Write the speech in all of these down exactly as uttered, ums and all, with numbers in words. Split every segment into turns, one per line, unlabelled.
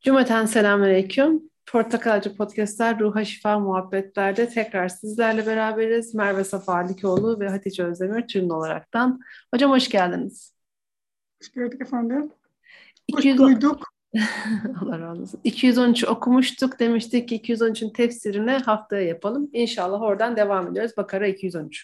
Cümleten selamünaleyküm. Portakalcı Podcast'ler Ruha Şifa Muhabbetler'de tekrar sizlerle beraberiz. Merve Safa Alikoğlu ve Hatice Özdemir Tülin olaraktan. Hocam hoş geldiniz.
Hoş gördük efendim. Hoş
iki yüz on...
duyduk.
Allah razı olsun. iki yüz on üç okumuştuk. Demiştik ki iki yüz on üçün tefsirini haftaya yapalım. İnşallah oradan devam ediyoruz. Bakara iki yüz on üç.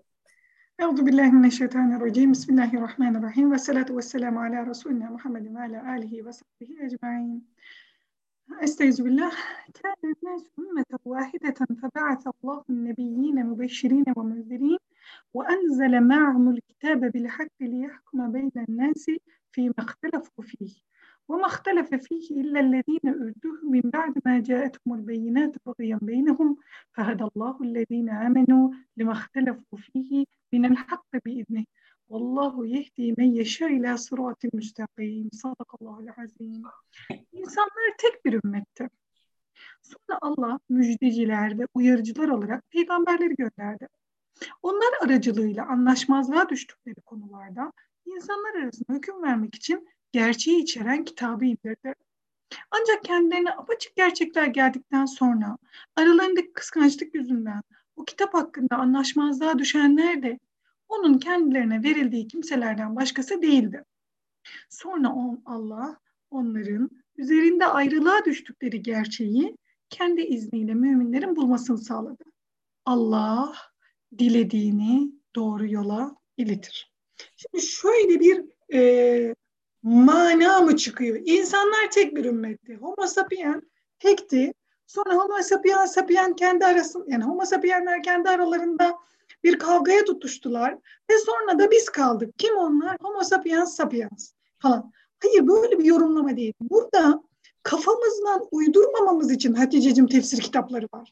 Euzu billahi mineşşeytanirracim. Bismillahirrahmanirrahim. Ve salatu ve selamu ala Resulina Muhammedin ve ala alihi ve sahbihi ecmaîn. Estaizu billah. Kâne nâs ümmeten vâhideten febe'asallahu nebiyyîne mübeşşirîne ve munzirîn ve enzele ma'ahumul kitâbe bil hakki liyahkuma beynen nâsi fîme ihtelefû fîh. وما اختلف فيه إلا الذين أوتوه من بعد ما جاءتهم البينات بغيا بينهم فهدى الله الذين آمنوا لما اختلفوا فيه من الحق بإذنه والله يهدي من يشاء إلى صراط مستقيم صدق الله العظيم. İnsanlar tek bir ümmetti. Sonra Allah müjdeciler ve uyarıcılar olarak peygamberleri gönderdi. Onlar aracılığıyla anlaşmazlığa düştükleri konularda insanlar arasında hüküm vermek için gerçeği içeren kitabı indirdi. Ancak kendilerine apaçık gerçekler geldikten sonra aralarındaki kıskançlık yüzünden o kitap hakkında anlaşmazlığa düşenler de onun kendilerine verildiği kimselerden başkası değildi. Sonra on, Allah onların üzerinde ayrılığa düştükleri gerçeği kendi izniyle müminlerin bulmasını sağladı. Allah dilediğini doğru yola iletir. Şimdi şöyle bir e, mana mı çıkıyor? İnsanlar tek bir ümmetti. Homo sapien tekti. Sonra Homo sapien sapien kendi arasında, yani Homo sapienler kendi aralarında bir kavgaya tutuştular ve sonra da biz kaldık. Kim onlar? Homo sapiens sapiens falan. Hayır, böyle bir yorumlama değil. Burada kafamızdan uydurmamamız için Haticeciğim tefsir kitapları var.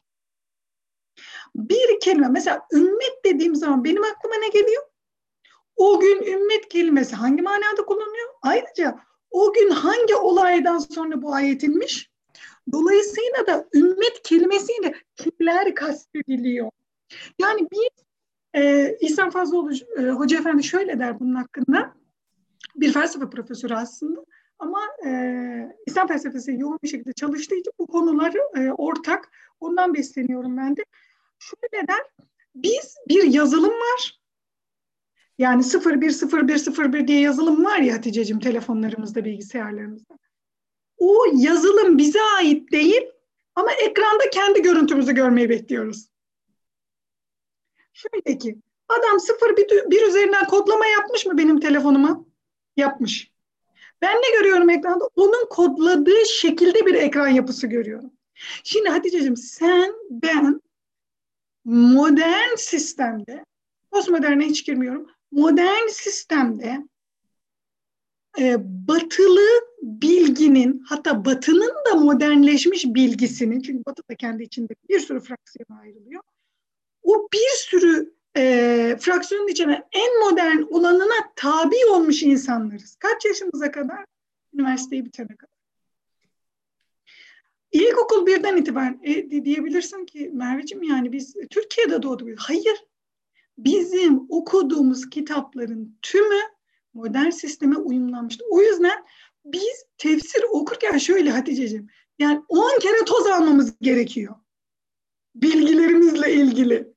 Bir kelime, mesela ümmet dediğim zaman benim aklıma ne geliyor? O gün ümmet kelimesi hangi manada kullanılıyor? Ayrıca o gün hangi olaydan sonra bu ayet inmiş? Dolayısıyla da ümmet kelimesiyle kimler kastediliyor? Yani bir e, İhsan Fazlıoğlu e, Hoca Efendi şöyle der bunun hakkında. Bir felsefe profesörü aslında ama e, İslam felsefesi yoğun bir şekilde çalıştığı için bu konuları e, ortak. Ondan besleniyorum ben de. Şöyle der, biz bir yazılım var. Yani sıfır bir sıfır bir sıfır bir diye yazılım var ya Hatice'cim telefonlarımızda, bilgisayarlarımızda. O yazılım bize ait değil ama ekranda kendi görüntümüzü görmeyi bekliyoruz. Şöyle ki adam sıfır bir, bir üzerinden kodlama yapmış mı benim telefonuma? Yapmış. Ben ne görüyorum ekranda? Onun kodladığı şekilde bir ekran yapısı görüyorum. Şimdi Hatice'cim sen, ben modern sistemde, postmoderne hiç girmiyorum, modern sistemde e, batılı bilginin, hatta batının da modernleşmiş bilgisinin, çünkü batı da kendi içinde bir sürü fraksiyona ayrılıyor, o bir sürü e, fraksiyonun içine en modern olanına tabi olmuş insanlarız. Kaç yaşımıza kadar? Üniversiteyi bitene kadar. İlkokul birden itibaren e, diyebilirsin ki Merveciğim yani biz Türkiye'de doğduk. Hayır. Bizim okuduğumuz kitapların tümü modern sisteme uyumlanmıştı. O yüzden biz tefsir okurken şöyle Haticeciğim, yani on kere toz almamız gerekiyor. Bilgilerimizle ilgili.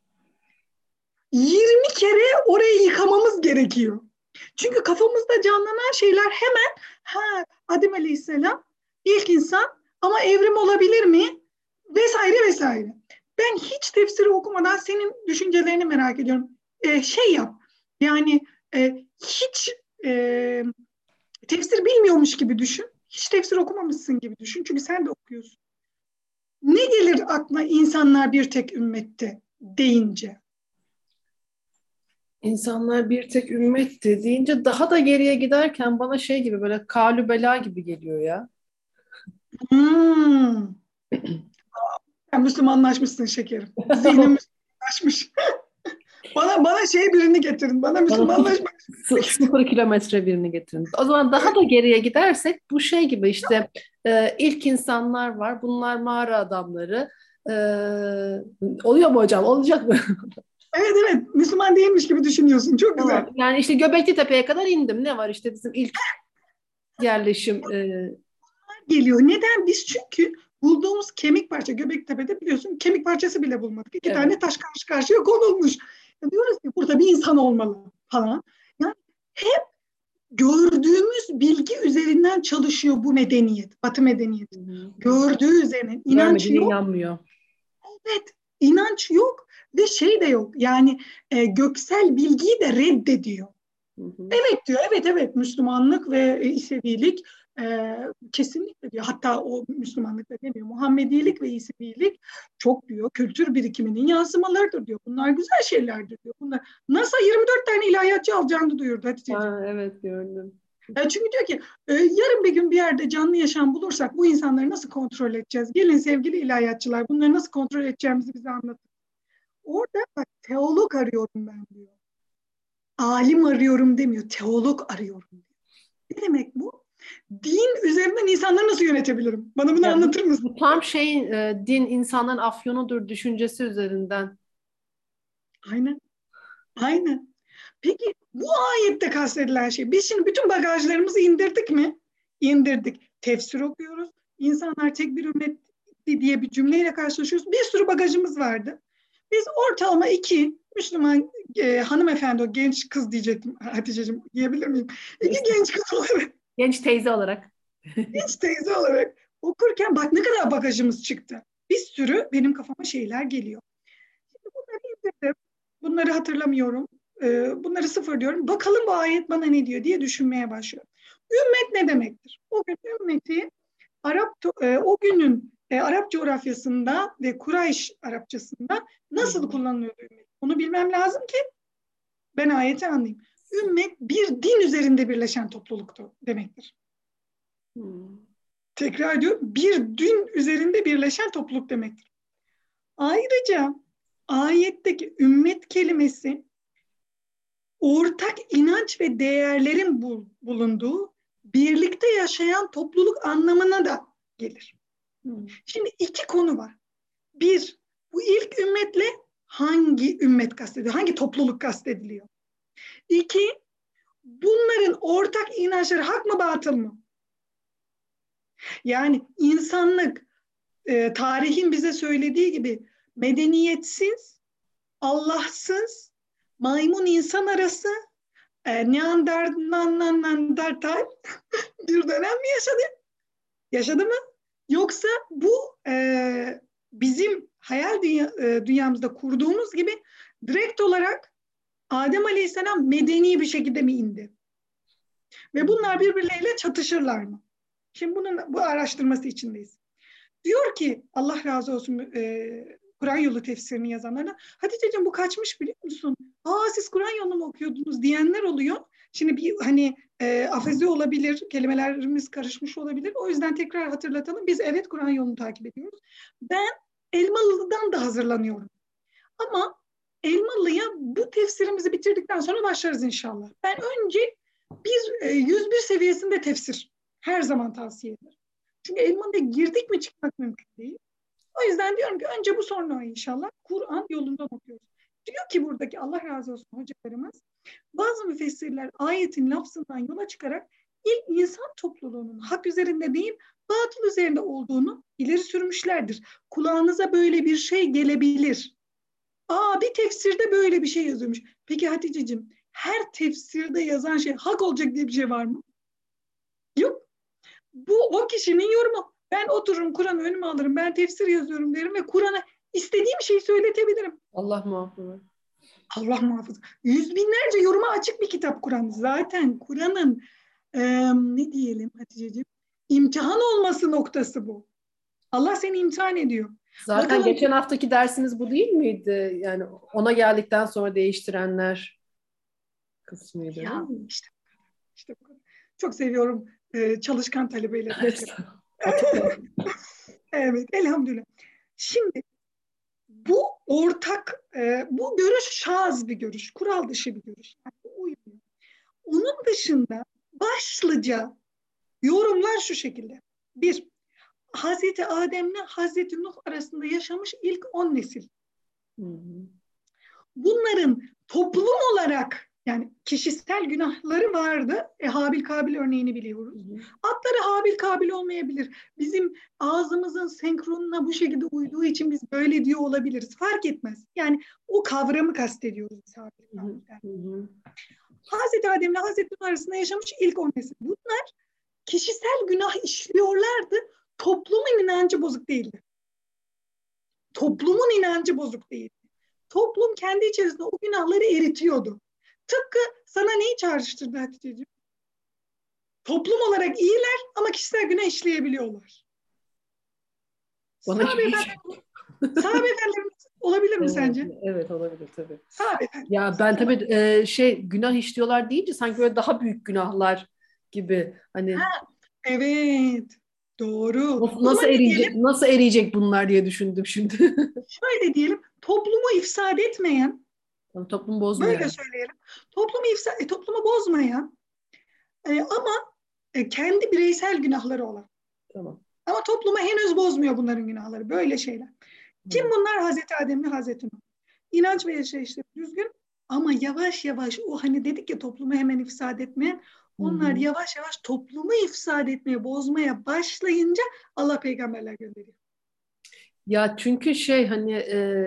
yirmi kere orayı yıkamamız gerekiyor. Çünkü kafamızda canlanan şeyler hemen ha Adem Aleyhisselam ilk insan ama evrim olabilir mi? Vesaire vesaire. Ben hiç tefsiri okumadan senin düşüncelerini merak ediyorum. Ee, şey yap, yani e, hiç e, tefsir bilmiyormuş gibi düşün. Hiç tefsir okumamışsın gibi düşün. Çünkü sen de okuyorsun. Ne gelir aklına insanlar bir tek ümmette deyince?
İnsanlar bir tek ümmetti deyince daha da geriye giderken bana şey gibi böyle Kalü Bela gibi geliyor ya.
Hmm. Sen Müslümanlaşmışsın şekerim. Zihnim Müslümanlaşmış. bana bana şey birini getirin. Bana Müslümanlaşmak.
Sıfır kilometre birini getirin. O zaman daha da geriye gidersek bu şey gibi işte e, ilk insanlar var. Bunlar mağara adamları. E, oluyor mu hocam? Olacak mı?
Evet evet. Müslüman değilmiş gibi düşünüyorsun. Çok güzel.
Tamam. Yani işte Göbekli Tepe'ye kadar indim. Ne var işte bizim ilk yerleşim. E...
geliyor. Neden? Biz çünkü bulduğumuz kemik parça, Göbektepe'de biliyorsun kemik parçası bile bulmadık. İki
Evet.
tane taş karşı karşıya konulmuş. Ya diyoruz ki burada bir insan olmalı falan. Yani hep gördüğümüz bilgi üzerinden çalışıyor bu medeniyet, Batı medeniyeti.
Hı hı.
Gördüğü üzerine inanç
Görmediğine
yok.
inanmıyor.
Evet, inanç yok ve şey de yok. Yani e, göksel bilgiyi de reddediyor.
Hı hı.
Evet diyor, evet evet Müslümanlık ve İsevilik e, kesinlikle diyor. Hatta o Müslümanlık da demiyor. Muhammedilik ve İsevilik çok diyor kültür birikiminin yansımalarıdır diyor. Bunlar güzel şeylerdir diyor. Bunlar NASA yirmi dört tane ilahiyatçı alacağını duyurdu Hatice'ciğim.
Ha, evet gördüm.
E, çünkü diyor ki e, yarın bir gün bir yerde canlı yaşam bulursak bu insanları nasıl kontrol edeceğiz? Gelin sevgili ilahiyatçılar bunları nasıl kontrol edeceğimizi bize anlatın. Orada bak teolog arıyorum ben diyor. Alim arıyorum demiyor. Teolog arıyorum diyor. Ne demek bu? Din üzerinden insanları nasıl yönetebilirim? Bana bunu
Ya bu,
anlatır mısın?
bu tam şey e, din insanların afyonudur düşüncesi üzerinden.
Aynen. Aynen. Peki bu ayette kastedilen şey. Biz şimdi bütün bagajlarımızı indirdik mi? İndirdik. Tefsir okuyoruz. İnsanlar tek bir ümmet diye bir cümleyle karşılaşıyoruz. Bir sürü bagajımız vardı. Biz ortalama iki Müslüman e, hanımefendi, o genç kız diyecektim Hatice'cim diyebilir miyim? İki genç kız olarak,
Genç teyze olarak.
genç teyze olarak okurken bak ne kadar bagajımız çıktı. Bir sürü benim kafama şeyler geliyor. Şimdi bunları indirdim. Bunları hatırlamıyorum. Ee, bunları sıfır diyorum. Bakalım bu ayet bana ne diyor diye düşünmeye başlıyorum. Ümmet ne demektir? O gün ümmeti Arap e, o günün e, Arap coğrafyasında ve Kureyş Arapçasında
Hı
nasıl
hı.
kullanılıyordu ümmet? Onu bilmem lazım ki ben ayeti anlayayım. Ümmet bir din üzerinde birleşen topluluktu demektir.
Hı.
Tekrar ediyorum, bir din üzerinde birleşen topluluk demektir. Ayrıca ayetteki ümmet kelimesi ortak inanç ve değerlerin bulunduğu birlikte yaşayan topluluk anlamına da gelir.
Hı.
Şimdi iki konu var. Bir, bu ilk ümmetle hangi ümmet kastediliyor? Hangi topluluk kastediliyor? İki, bunların ortak inançları hak mı batıl mı? Yani insanlık e, tarihin bize söylediği gibi medeniyetsiz, Allahsız, maymun insan arası e, Neandertal bir dönem mi yaşadı? Yaşadı mı? Yoksa bu e, bizim hayal dünya, e, dünyamızda kurduğumuz gibi direkt olarak Adem Aleyhisselam medeni bir şekilde mi indi? Ve bunlar birbirleriyle çatışırlar mı? Şimdi bunun bu araştırması içindeyiz. Diyor ki Allah razı olsun e, Kur'an yolu tefsirini yazanlara, Hatice'cim bu kaçmış biliyor musun? Aa siz Kur'an yolunu mu okuyordunuz diyenler oluyor. Şimdi bir hani e, afezi olabilir, kelimelerimiz karışmış olabilir. O yüzden tekrar hatırlatalım. Biz evet Kur'an yolunu takip ediyoruz. Ben Elmalı'dan da hazırlanıyorum. Ama Elmalı'ya bu tefsirimizi bitirdikten sonra başlarız inşallah. Ben önce bir e, yüz bir seviyesinde tefsir her zaman tavsiye ederim. Çünkü Elmalı'ya girdik mi çıkmak mümkün değil. O yüzden diyorum ki önce bu sonra inşallah Kur'an yolundan okuyoruz. Diyor ki buradaki Allah razı olsun hocalarımız, bazı müfessirler ayetin lafzından yola çıkarak ilk insan topluluğunun hak üzerinde değil, batıl üzerinde olduğunu ileri sürmüşlerdir. Kulağınıza böyle bir şey gelebilir. Aa bir tefsirde böyle bir şey yazıyormuş. Peki Hatice'cim her tefsirde yazan şey hak olacak diye bir şey var mı? Yok. Bu o kişinin yorumu. Ben otururum Kur'an'ı önüme alırım. Ben tefsir yazıyorum derim ve Kur'an'a istediğim şeyi söyletebilirim.
Allah muhafaza.
Allah muhafaza. Yüz binlerce yoruma açık bir kitap Kur'an. Zaten Kur'an'ın e, ne diyelim Hatice'ciğim imtihan olması noktası bu. Allah seni imtihan ediyor.
Zaten
Bakalım.
geçen haftaki dersimiz bu değil miydi? Yani ona geldikten sonra değiştirenler kısmıydı.
Ya işte, işte çok seviyorum e, çalışkan talebeyle ders yapmayı. Evet, elhamdülillah. Şimdi bu ortak, e, bu görüş şaz bir görüş, kural dışı bir görüş. Yani uymuyor. Onun dışında başlıca yorumlar şu şekilde. Bir, Hazreti Adem'le Hazreti Nuh arasında yaşamış ilk on nesil.
Hı hı.
Bunların toplum olarak Yani kişisel günahları vardı. E, Habil Kabil örneğini biliyoruz.
Hı hı.
Atları Habil Kabil olmayabilir. Bizim ağzımızın senkronuna bu şekilde uyduğu için biz böyle diyor olabiliriz. Fark etmez. Yani o kavramı kastediyoruz biz Habil
Hı hı.
Kabil'den.
Hı hı.
Hazreti Adem ile Hazreti Nuh arasında yaşamış ilk on nesil. Bunlar kişisel günah işliyorlardı. Toplumun inancı bozuk değildi. Toplumun inancı bozuk değildi. Toplum kendi içerisinde o günahları eritiyordu. Tıpkı sana neyi çağrıştırdı Hatice'ciğim? Toplum olarak iyiler ama kişisel günah işleyebiliyorlar.
Bana
Sahabe
hiç...
efendilerimiz, sahabe efendilerimiz olabilir mi
Evet,
sence?
evet olabilir tabii.
Sahabe
Ya
efendilerimiz.
ben tabii e, şey günah işliyorlar deyince sanki böyle daha büyük günahlar gibi hani
Ha, evet, doğru.
nasıl,
O
nasıl
zaman ne diyelim?
eriyecek nasıl eriyecek bunlar diye düşündüm şimdi.
Şöyle diyelim, toplumu ifsad etmeyen,
Yani toplum
böyle
bozmayan.
söyleyelim, toplumu, ifsad, e, toplumu bozmayan e, ama e, kendi bireysel günahları olan.
Tamam.
Ama toplumu henüz bozmuyor bunların günahları, böyle şeyler. Kim
Hı.
bunlar? Hazreti Adem'le Hazreti Nuh. İnanç ve yaşayışları düzgün ama yavaş yavaş o hani dedik ya toplumu hemen ifsad etmeyen,
Hı
onlar
hı.
yavaş yavaş toplumu ifsad etmeye, bozmaya başlayınca Allah peygamberler gönderiyor.
Ya çünkü şey hani e,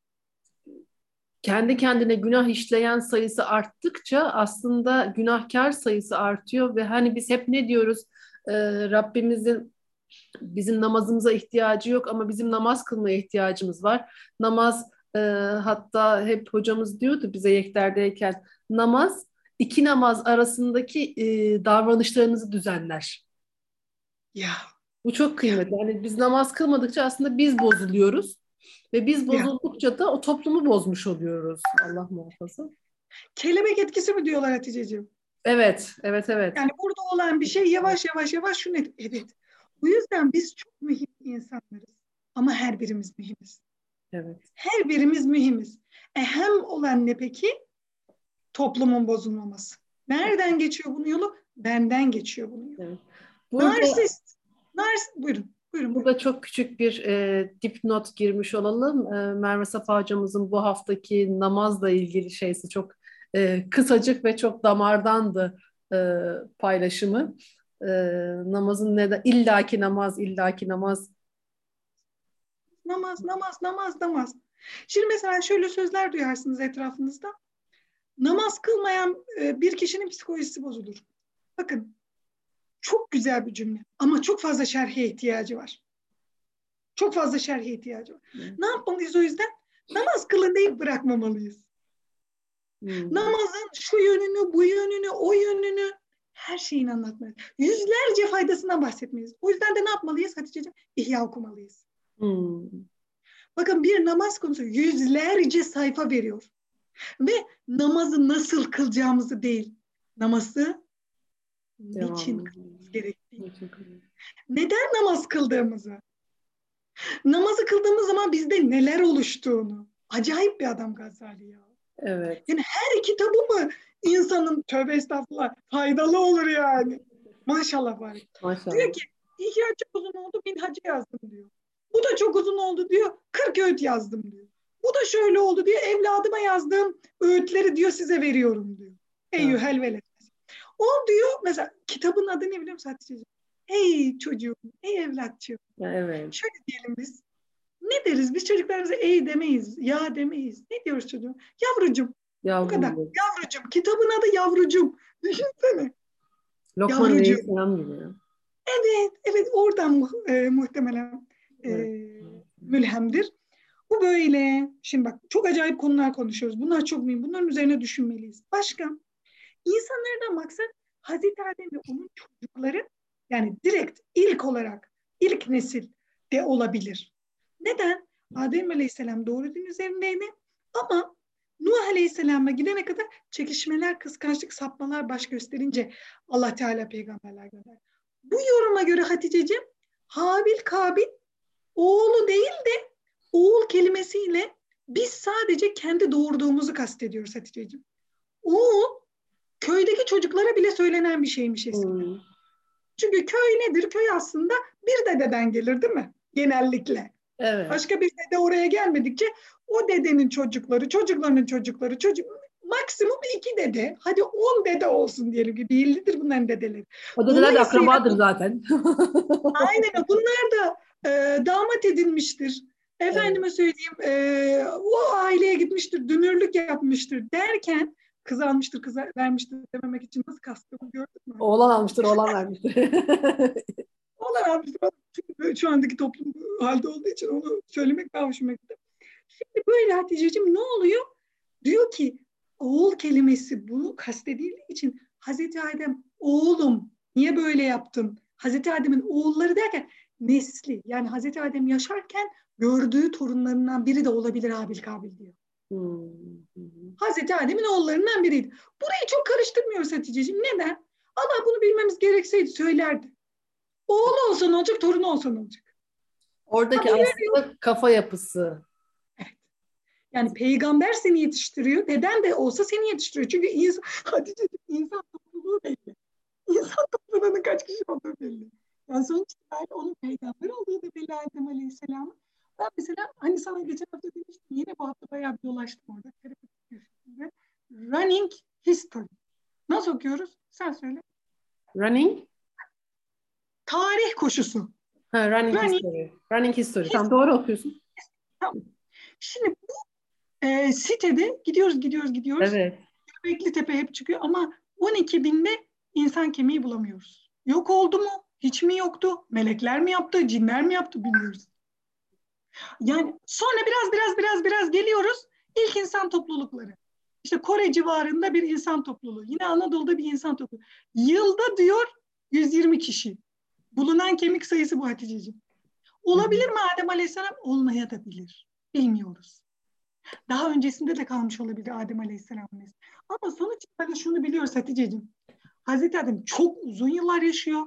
kendi kendine günah işleyen sayısı arttıkça aslında günahkar sayısı artıyor ve hani biz hep ne diyoruz? E, Rabbimizin bizim namazımıza ihtiyacı yok ama bizim namaz kılmaya ihtiyacımız var. Namaz e, hatta hep hocamız diyordu bize yekterdeyken namaz iki namaz arasındaki e, davranışlarınızı düzenler.
Ya,
Bu çok
ya,
kıymetli. Yani biz namaz kılmadıkça aslında biz bozuluyoruz ve biz
ya.
bozuldukça da o toplumu bozmuş oluyoruz. Allah muhafaza.
Kelebek etkisi mi diyorlar Hatice'ciğim?
Evet, evet, evet.
Yani burada olan bir şey yavaş yavaş yavaş şunu et. Evet. O yüzden biz çok mühim insanlarız. Ama her birimiz mühimiz.
Evet.
Her birimiz mühimiz. Ehem olan ne peki? Toplumun bozulmaması. Nereden geçiyor bunun yolu? Benden geçiyor bunun yolu.
Evet. Burada
Narsist. Nars buyurun. Buyurun buyurun.
Burada çok küçük bir e, dipnot girmiş olalım. E, Merve Safa hocamızın bu haftaki namazla ilgili şeysi çok e, kısacık ve çok damardandı e, paylaşımı. E, namazın neden illaki namaz, illaki namaz.
Namaz, namaz, namaz, namaz. Şimdi mesela şöyle sözler duyarsınız etrafınızda. Namaz kılmayan e, bir kişinin psikolojisi bozulur. Bakın çok güzel bir cümle ama çok fazla şerhe ihtiyacı var. Çok fazla şerhe ihtiyacı var. Ne yapmalıyız o yüzden? Namaz kılın deyip bırakmamalıyız.
Hmm.
Namazın şu yönünü, bu yönünü, o yönünü her şeyini anlatmalıyız. Yüzlerce faydasından bahsetmeliyiz. O yüzden de ne yapmalıyız Hatice'ciğim? İhya okumalıyız.
Hmm.
Bakın bir namaz konusu yüzlerce sayfa veriyor. Ve namazı nasıl kılacağımızı değil, namazı niçin
Devam.
kılmamız gerektiği. Neden namaz kıldığımızı, namazı kıldığımız zaman bizde neler oluştuğunu. Acayip bir adam Gazali ya.
Evet.
Yani her kitabı mı insanın tövbe estağfurullah faydalı olur yani. Maşallah var.
Maşallah.
Diyor ki İhya çok uzun oldu minhacı yazdım diyor. Bu da çok uzun oldu diyor kırk öğüt yazdım diyor. Bu da şöyle oldu diyor evladıma yazdığım öğütleri diyor size veriyorum diyor.
Evet.
Eyyühel veled. O diyor mesela kitabın adı ne biliyor musun Hatice'ciğim? Ey çocuğum, ey evlatçığım.
Evet.
Şöyle diyelim biz. Ne deriz? Biz çocuklarımıza ey demeyiz, ya demeyiz. Ne diyoruz çocuğum? Yavrucum. Bu kadar.
Yavrum bu.
Yavrucum. Kitabın adı yavrucum. Düşünsene.
Lokman
Yavrucuğum.
Aleyhisselam gibi. Ya.
Evet, evet oradan mu, e, muhtemelen e,
Evet.
mülhemdir. Bu böyle. Şimdi bak çok acayip konular konuşuyoruz. Bunlar çok mühim. Bunların üzerine düşünmeliyiz. Başka? İnsanlardan maksat Hazreti Adem ve onun çocukları yani direkt ilk olarak ilk nesil de olabilir. Neden? Adem Aleyhisselam doğru din üzerindeydi ama Nuh Aleyhisselam'a gidene kadar çekişmeler, kıskançlık, sapmalar baş gösterince Allah Teala peygamberler gönderdi. Bu yoruma göre Hatice'ciğim Habil Kabil oğlu değil de oğul kelimesiyle biz sadece kendi doğurduğumuzu kastediyoruz Hatice'ciğim. Oğul köydeki çocuklara bile söylenen bir şeymiş eskiden.
Hmm.
Çünkü köy nedir? Köy aslında bir dededen gelir değil mi? Genellikle.
Evet.
Başka bir dede oraya gelmedikçe o dedenin çocukları, çocuklarının çocukları, çocuk maksimum iki dede, hadi on dede olsun diyelim ki, birlidir bunların dedeleri.
O dedeler de akrabadır zaten.
Aynen, bunlar da e, damat edilmiştir. Efendime
Evet.
söyleyeyim, e, o aileye gitmiştir, dünürlük yapmıştır derken kız almıştır, kız vermiştir dememek için nasıl kastımı gördün mü?
Oğlan almıştır, oğlan vermiştir.
Oğlan almıştır. Çünkü şu andaki toplum bu halde olduğu için onu söylemek daha hoşuma gitti. Şimdi böyle Hatice'cim ne oluyor? Diyor ki oğul kelimesi bunu kastedildiği için Hazreti Adem oğlum niye böyle yaptın? Hazreti Adem'in oğulları derken nesli, yani Hazreti Adem yaşarken gördüğü torunlarından biri de olabilir Habil Kabil diyor.
Hmm.
Hazreti Adem'in oğullarından biriydi. Burayı çok karıştırmıyoruz Hatice'ciğim. Neden? Allah bunu bilmemiz gerekseydi söylerdi. Oğlu olsa ne olacak, torunu olsa ne olacak?
Oradaki aslında kafa yapısı.
Evet. Yani peygamber seni yetiştiriyor. Deden de olsa seni yetiştiriyor. Çünkü insan, Hatice'ciğim, insan topluluğu belli. İnsan topluluğunun kaç kişi olduğu belli. Yani sonuç itibariyle onun peygamber olduğu da belli Adem Aleyhisselam'ın. Ben mesela hani sana geçen hafta demiştim, yine bu hafta bayağı bir dolaştım orada. Running history. Nasıl okuyoruz? Sen söyle.
Running?
Tarih koşusu.
Ha, running, running history. Running history. history. Tamam, doğru okuyorsun.
Tamam. Şimdi bu e, sitede gidiyoruz, gidiyoruz, gidiyoruz.
Evet.
Göbekli Tepe hep çıkıyor ama on iki binde insan kemiği bulamıyoruz. Yok oldu mu? Hiç mi yoktu? Melekler mi yaptı? Cinler mi yaptı? Bilmiyoruz. Yani sonra biraz biraz biraz biraz geliyoruz. İlk insan toplulukları. İşte Kore civarında bir insan topluluğu. Yine Anadolu'da bir insan topluluğu. Yılda diyor yüz yirmi kişi. Bulunan kemik sayısı bu Hatice'ciğim. Olabilir mi Adem Aleyhisselam? Olmaya da bilir. Bilmiyoruz. Daha öncesinde de kalmış olabilir Adem Aleyhisselam'ın. Ama sonuç itibariyle şunu biliyoruz Hatice'ciğim. Hazreti Adem çok uzun yıllar yaşıyor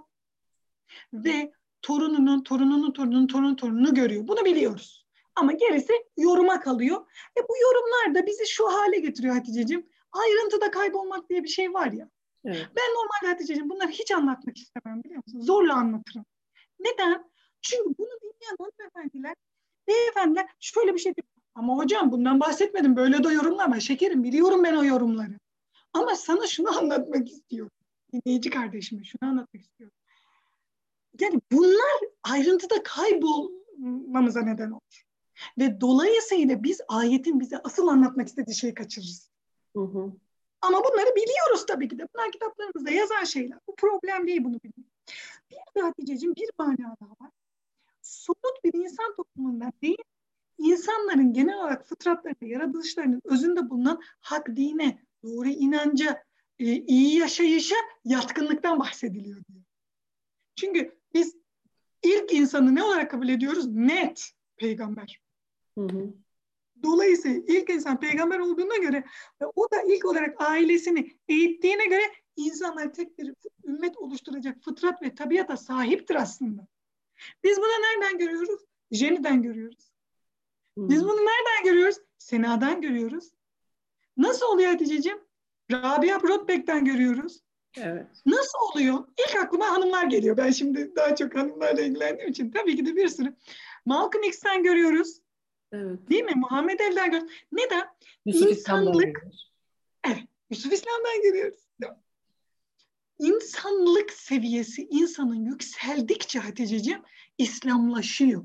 ve torununun, torununun, torununun, torunun, torununu görüyor. Bunu biliyoruz. Ama gerisi yoruma kalıyor. E bu yorumlar da bizi şu hale getiriyor Hatice'ciğim. Ayrıntıda kaybolmak diye bir şey var ya. Evet. Ben normalde Hatice'ciğim bunları hiç anlatmak istemem, biliyor musun? Zorla anlatırım. Neden? Çünkü bunu dinleyen hanımefendiler, beyefendiler şöyle bir şey diyor. Ama hocam bundan bahsetmedim, böyle de yorumlama. Şekerim, biliyorum ben o yorumları. Ama sana şunu anlatmak istiyorum. Dinleyici kardeşime şunu anlatmak istiyorum. Yani bunlar ayrıntıda kaybolmamıza neden olur. Ve dolayısıyla biz ayetin bize asıl anlatmak istediği şeyi kaçırırız. Hı hı. Ama bunları biliyoruz tabii ki de. Bunlar kitaplarımızda yazan şeyler. Bu problem değil, bunu bilmek. Bir de Hatice'ciğim bir mana daha var. Somut bir insan toplumundan değil, insanların genel olarak fıtratlarında, yaratılışlarının özünde bulunan hak, dine, doğru inanca, e, iyi yaşayışa yatkınlıktan bahsediliyor diyor. Çünkü biz ilk insanı ne olarak kabul ediyoruz? Net peygamber. Hı hı. Dolayısıyla ilk insan peygamber olduğuna göre ve o da ilk olarak ailesini eğittiğine göre insanlar tek bir ümmet oluşturacak fıtrat ve tabiata sahiptir aslında. Biz bunu nereden görüyoruz? Jenny'den görüyoruz. Hmm. Biz bunu nereden görüyoruz? Sena'dan görüyoruz. Nasıl oluyor Hatice'ciğim? Rabia Brodbeck'ten görüyoruz. Evet. Nasıl oluyor? İlk aklıma hanımlar geliyor. Ben şimdi daha çok hanımlarla ilgilendiğim için tabii ki de bir sürü. Malcolm X'ten görüyoruz. Evet. Değil mi? Muhammed Ali'den görüyoruz. Neden?
Yusuf
İnsanlık. Evet. Yusuf İslam'dan görüyoruz. İnsanlık seviyesi insanın yükseldikçe Hatice'ciğim İslamlaşıyor.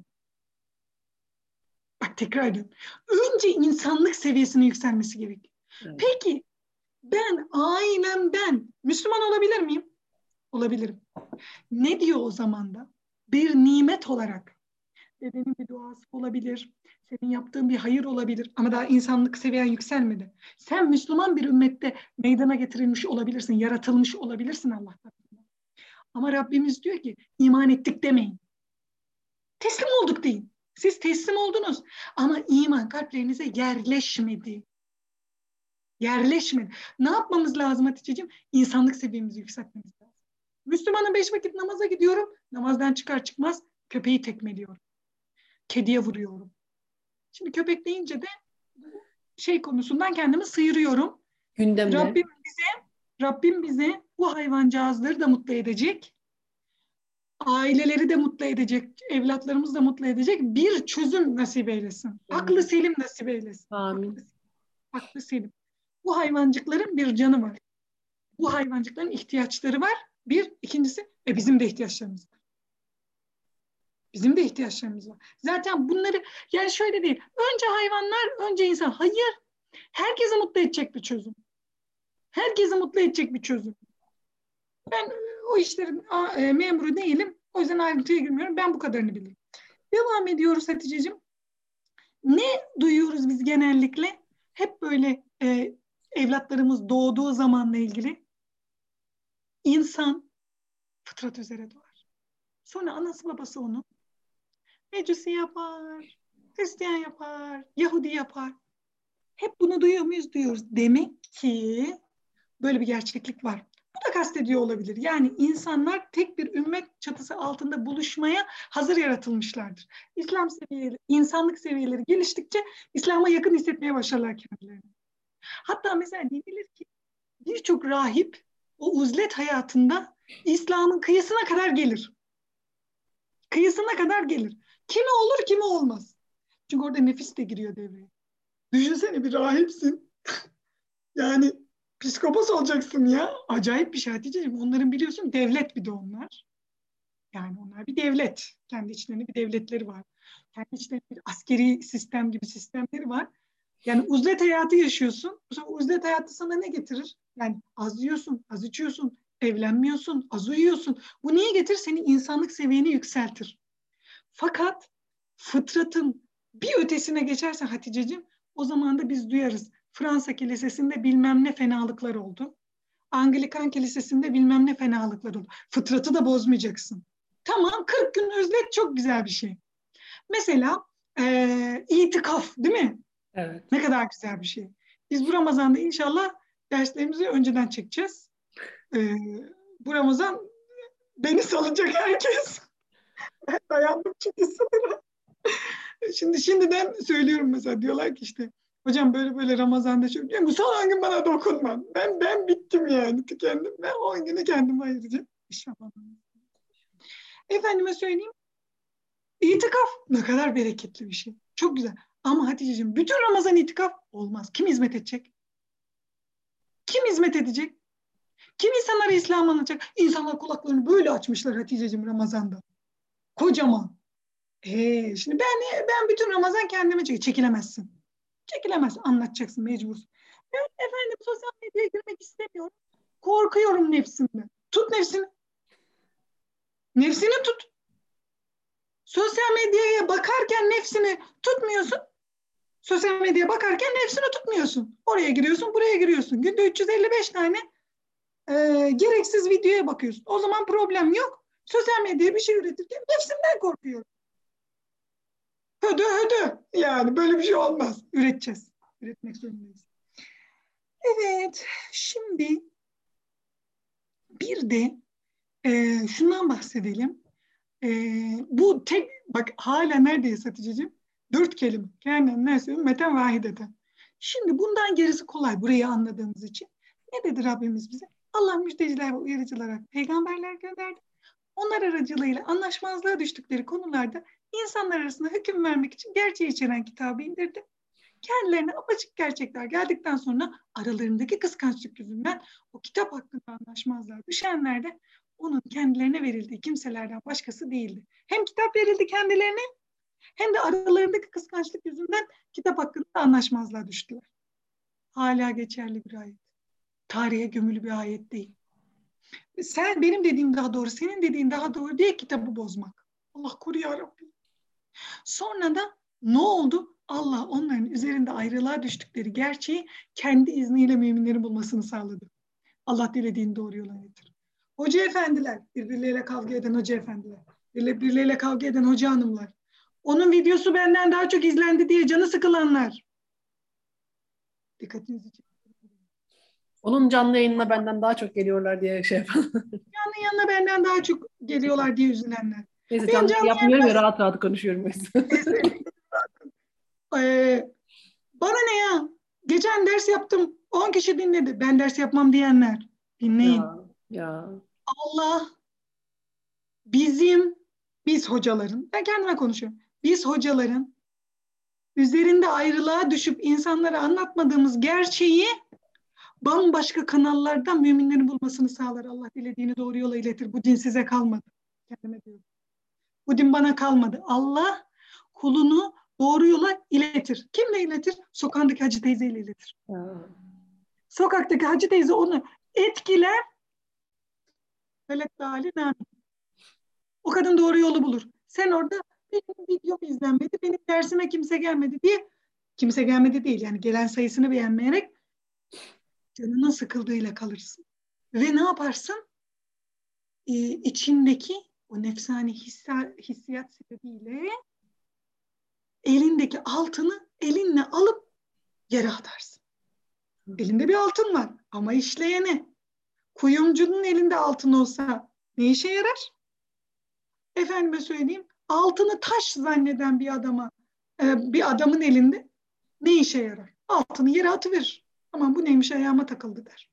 Bak tekrar ediyorum. Önce insanlık seviyesinin yükselmesi gerekiyor. Evet. Peki ben, aynen ben Müslüman olabilir miyim? Olabilirim. Ne diyor o zaman da? Bir nimet olarak. Dedenin bir duası olabilir. Senin yaptığın bir hayır olabilir. Ama daha insanlık seviyen yükselmedi. Sen Müslüman bir ümmette meydana getirilmiş olabilirsin. Yaratılmış olabilirsin Allah'tan. Ama Rabbimiz diyor ki iman ettik demeyin. Teslim olduk deyin. Siz teslim oldunuz. Ama iman kalplerinize yerleşmedi. Yerleşmedi. Ne yapmamız lazım Hatice'ciğim? İnsanlık seviyemizi yükseltmemiz lazım. Müslümanın beş vakit namaza gidiyorum. Namazdan çıkar çıkmaz köpeği tekmeliyorum. Kediye vuruyorum. Şimdi köpek deyince de şey konusundan kendimi sıyırıyorum.
Gündemde.
Rabbim bize, Rabbim bize bu hayvancağızları da mutlu edecek. Aileleri de mutlu edecek, evlatlarımızı da mutlu edecek bir çözüm nasip eylesin. Amin. Aklı selim nasip eylesin.
Amin.
Aklı, aklı selim. Bu hayvancıkların bir canı var. Bu hayvancıkların ihtiyaçları var. Bir, ikincisi e bizim de ihtiyaçlarımız var. Bizim de ihtiyaçlarımız var. Zaten bunları yani şöyle değil. Önce hayvanlar, önce insan. Hayır. Herkesi mutlu edecek bir çözüm. Herkesi mutlu edecek bir çözüm. Ben o işlerin e, memuru değilim. O yüzden ayrıntıya girmiyorum. Ben bu kadarını bilirim. Devam ediyoruz Hatice'cim. Ne duyuyoruz biz genellikle? Hep böyle e, evlatlarımız doğduğu zamanla ilgili. İnsan fıtrat üzere doğar. Sonra anası babası onu Mecusi yapar, Hristiyan yapar, Yahudi yapar. Hep bunu duyuyor muyuz? Duyuyoruz. Demek ki böyle bir gerçeklik var. Bu da kastediyor olabilir. Yani insanlar tek bir ümmet çatısı altında buluşmaya hazır yaratılmışlardır. İslam seviyeleri, insanlık seviyeleri geliştikçe İslam'a yakın hissetmeye başlarlar kendilerini. Hatta mesela denilir ki birçok rahip o uzlet hayatında İslam'ın kıyısına kadar gelir. Kıyısına kadar gelir. Kimi olur, kimi olmaz. Çünkü orada nefis de giriyor devreye. Düşünsene bir rahipsin. Yani psikopat olacaksın ya. Acayip bir şey Hatice'ciğim. Onların biliyorsun devlet bir de onlar. Yani onlar bir devlet. Kendi içlerinde bir devletleri var. Kendi içlerinde bir askeri sistem gibi sistemleri var. Yani uzlet hayatı yaşıyorsun. Bu sefer uzlet hayatı sana ne getirir? Yani az yiyorsun, az içiyorsun, evlenmiyorsun, az uyuyorsun. Bu niye getirir? Senin insanlık seviyeni yükseltir. Fakat fıtratın bir ötesine geçersen Hatice'cim o zaman da biz duyarız. Fransa kilisesinde bilmem ne fenalıklar oldu. Anglikan kilisesinde bilmem ne fenalıklar oldu. Fıtratı da bozmayacaksın. Tamam kırk gün özlet çok güzel bir şey. Mesela e, itikaf değil mi?
Evet.
Ne kadar güzel bir şey. Biz bu Ramazan'da inşallah derslerimizi önceden çekeceğiz. E, bu Ramazan beni salacak herkes. Ben dayandım çünkü sınıra. Şimdi şimdiden söylüyorum mesela diyorlar ki işte hocam böyle böyle Ramazan'da çok ya bu son on gün bana dokunma. Ben ben bittim yani tükendim. Ben on günü kendime ayıracağım. İnşallah. Efendime söyleyeyim. İtikaf ne kadar bereketli bir şey. Çok güzel. Ama Hatice'ciğim bütün Ramazan itikaf olmaz. Kim hizmet edecek? Kim hizmet edecek? Kim insanlara İslam anlatacak? İnsanlar kulaklarını böyle açmışlar Hatice'ciğim Ramazan'da. Kocaman. Ee, şimdi ben ben bütün Ramazan kendime çek çekilemezsin. Çekilemezsin. Anlatacaksın mecbursun. Ben efendim sosyal medyaya girmek istemiyorum. Korkuyorum nefsimden. Tut nefsini. Nefsini tut. Sosyal medyaya bakarken nefsini tutmuyorsun. Sosyal medyaya bakarken nefsini tutmuyorsun. Oraya giriyorsun, buraya giriyorsun. Günde üç yüz elli beş tane e, gereksiz videoya bakıyorsun. O zaman problem yok. Sosyal medyaya bir şey üretirken nefsimden korkuyorum. Hödö hödö. Yani böyle bir şey olmaz. Üreteceğiz. Üretmek zorundayız. Evet. Şimdi bir de e, şundan bahsedelim. E, bu tek, bak hala neredeyiz Hatice'ciğim? Dört kelime. Kânen nâsû ümmeten vâhideten. Şimdi bundan gerisi kolay burayı anladığımız için. Ne dedi Rabbimiz bize? Allah müjdeciler ve uyarıcılar olarak peygamberler gönderdi. Onlar aracılığıyla anlaşmazlığa düştükleri konularda insanlar arasında hüküm vermek için gerçeği içeren kitabı indirdi. Kendilerine apaçık gerçekler geldikten sonra aralarındaki kıskançlık yüzünden o kitap hakkında anlaşmazlığa düşenler de onun kendilerine verildiği kimselerden başkası değildi. Hem kitap verildi kendilerine hem de aralarındaki kıskançlık yüzünden kitap hakkında anlaşmazlığa düştüler. Hala geçerli bir ayet. Tarihe gömülü bir ayet değil. Sen benim dediğim daha doğru, senin dediğin daha doğru diye kitabı bozmak. Allah koru ya Rabbi. Sonra da ne oldu? Allah onların üzerinde ayrılığa düştükleri gerçeği kendi izniyle müminlerin bulmasını sağladı. Allah dilediğini doğru yola getirir. Hoca efendiler, birbirleriyle kavga eden hoca efendiler, birbirleriyle kavga eden hoca hanımlar, onun videosu benden daha çok izlendi diye canı sıkılanlar. Dikkatinizi çekin.
Onun canlı yayınına benden daha çok geliyorlar diye şey yapalım.
Canlı yanına benden daha çok geliyorlar diye üzülenler.
Neyse
Benim
canlı
canlı
yapmıyorum ya rahat rahat konuşuyorum. o yüzden.
Ee, bana ne ya? Geçen ders yaptım. on kişi dinledi. Ben ders yapmam diyenler. Dinleyin.
Ya, ya.
Allah bizim, biz hocaların, ben kendime konuşuyorum. Biz hocaların üzerinde ayrılığa düşüp insanlara anlatmadığımız gerçeği bambaşka kanallardan müminlerin bulmasını sağlar. Allah dilediğini doğru yola iletir. Bu din size kalmadı. Kendime diyorum. Bu din bana kalmadı. Allah kulunu doğru yola iletir. Kimle iletir? Sokağındaki hacı teyzeyle iletir.
Ha.
Sokaktaki hacı teyze onu etkiler. O kadın doğru yolu bulur. Sen orada benim videom izlenmedi, benim dersime kimse gelmedi diye, kimse gelmedi değil yani gelen sayısını beğenmeyerek canının sıkıldığıyla kalırsın. Ve ne yaparsın? Ee, içindeki o nefsani hissa, hissiyat sebebiyle elindeki altını elinle alıp yere atarsın. Elinde bir altın var ama işleyeni. Kuyumcunun elinde altın olsa ne işe yarar? Efendime söyleyeyim, altını taş zanneden bir adama, bir adamın elinde ne işe yarar? Altını yere atıverir. Aman bu neymiş, ayağıma takıldı der.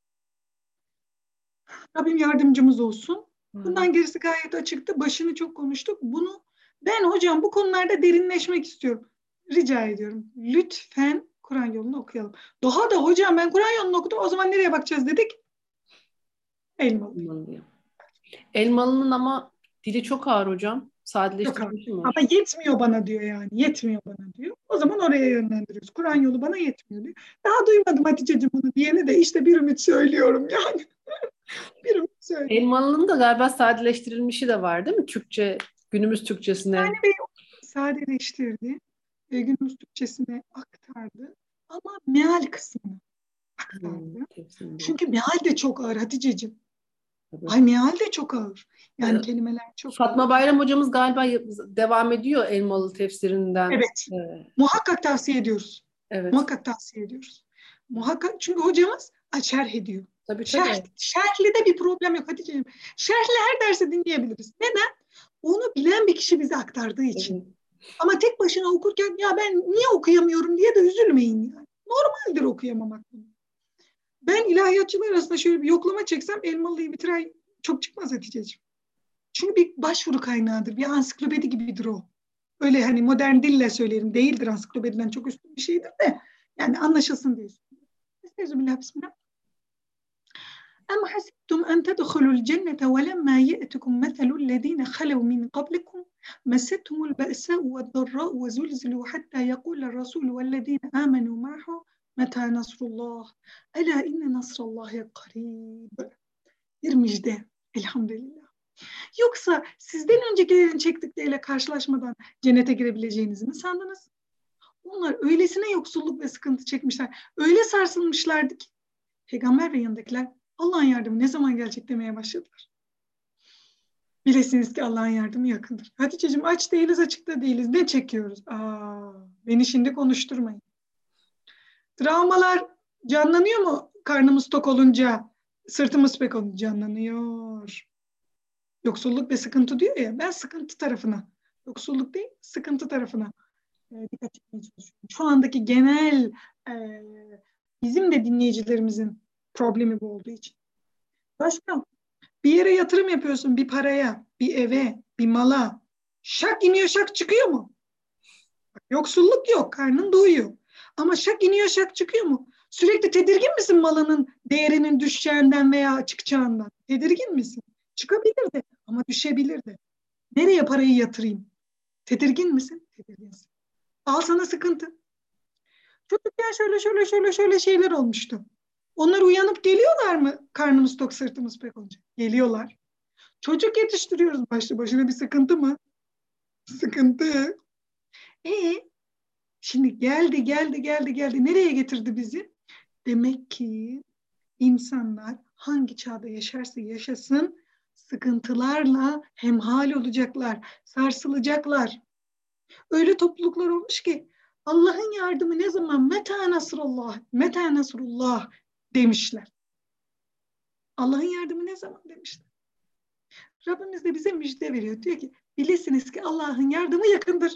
Rabbim yardımcımız olsun. Bundan gerisi gayet açıktı. Başını çok konuştuk. Bunu ben hocam bu konularda derinleşmek istiyorum. Rica ediyorum. Lütfen Kur'an yolunu okuyalım. Daha da hocam ben Kur'an yolunu okudum. O zaman nereye bakacağız dedik? Elmalı.
Elmalı. Elmalı'nın ama dili çok ağır hocam. Sadeleştirilmiş mi?
Ama yetmiyor bana diyor yani. Yetmiyor bana diyor. O zaman oraya yönlendiriyoruz. Kur'an yolu bana yetmiyor diyor. Daha duymadım Hatice'cim bunu diyeni de işte bir ümit söylüyorum yani. bir ümit söylüyorum.
Elmalı'nın da galiba sadeleştirilmişi de var değil mi? Türkçe, günümüz Türkçesine.
Yani Bey sadeleştirdi. E, günümüz Türkçesine aktardı. Ama meal kısmını aktardı. Hmm, çünkü meal de çok ağır Hatice'cim. Evet. Ay meal de çok ağır. Yani evet. Kelimeler çok
Fatma ağır. Bayram hocamız galiba devam ediyor Elmalı tefsirinden.
Evet. evet. Muhakkak tavsiye ediyoruz. Evet. Muhakkak tavsiye ediyoruz. Muhakkak çünkü hocamız şerh ediyor. Tabii, tabii. Şerh, şerhli de bir problem yok Hatice'ciğim. Şerhli her dersi dinleyebiliriz. Neden? Onu bilen bir kişi bize aktardığı için. Evet. Ama tek başına okurken ya ben niye okuyamıyorum diye de üzülmeyin yani. Normaldir okuyamamak. Ben ilahiyatçılar arasında şöyle bir yoklama çeksem Elmalı'yı bitiren çok çıkmaz Hatice'ciğim. Çünkü bir başvuru kaynağıdır. Bir ansiklopedi gibidir o. Öyle hani modern dille söylerim. Değildir, ansiklopediden çok üstün bir şeydir de. Yani anlaşılsın diye. Estağfirullah, bismillah. أم حسبتم أن تدخلوا الجنة ولما يأتكم مثل الذين خلوا من قبلكم مستهم البأساء والضراء وزلزلوا حتى يقول الرسول والذين آمنوا معه متى نصر الله ألا إن نصر الله قريب. Bir müjde. Elhamdülillah. Yoksa sizden öncekilerin çektikleriyle karşılaşmadan cennete girebileceğinizi mi sandınız? Onlar öylesine yoksulluk ve sıkıntı çekmişler. Öyle sarsılmışlardı ki Peygamber ve yanındakiler Allah'ın yardımı ne zaman gelecek demeye başladılar. Bilesiniz ki Allah'ın yardımı yakındır. Hatice'cim aç değiliz, açıkta değiliz. Ne çekiyoruz? Aa, beni şimdi konuşturmayın. Travmalar canlanıyor mu karnımız tok olunca, sırtımız pek olunca? Canlanıyor. Yoksulluk ve sıkıntı diyor ya, ben sıkıntı tarafına, yoksulluk değil, sıkıntı tarafına e, dikkat etmeye çalışıyorum. Şu andaki genel e, bizim de dinleyicilerimizin problemi bu olduğu için. Başka, bir yere yatırım yapıyorsun, bir paraya, bir eve, bir mala. Şak iniyor, şak çıkıyor mu? Yoksulluk yok, karnın doyuyor. Ama şak iniyor, şak çıkıyor mu? Sürekli tedirgin misin malının değerinin düşeceğinden veya çıkacağından? Tedirgin misin? Çıkabilir de ama düşebilir de. Nereye parayı yatırayım? Tedirgin misin? Tedirginsin. Al sana sıkıntı. Çocukken şöyle şöyle şöyle şöyle şeyler olmuştu. Onlar uyanıp geliyorlar mı? Karnımız tok, sırtımız pek olunca. Geliyorlar. Çocuk yetiştiriyoruz, başlı başına bir sıkıntı mı? Sıkıntı. E şimdi geldi geldi geldi geldi. Nereye getirdi bizi? Demek ki insanlar hangi çağda yaşarsa yaşasın sıkıntılarla hemhal olacaklar, sarsılacaklar. Öyle topluluklar olmuş ki Allah'ın yardımı ne zaman? Meta nasrullah, meta nasrullah demişler. Allah'ın yardımı ne zaman demişler. Rabbimiz de bize müjde veriyor. Diyor ki bilesiniz ki Allah'ın yardımı yakındır.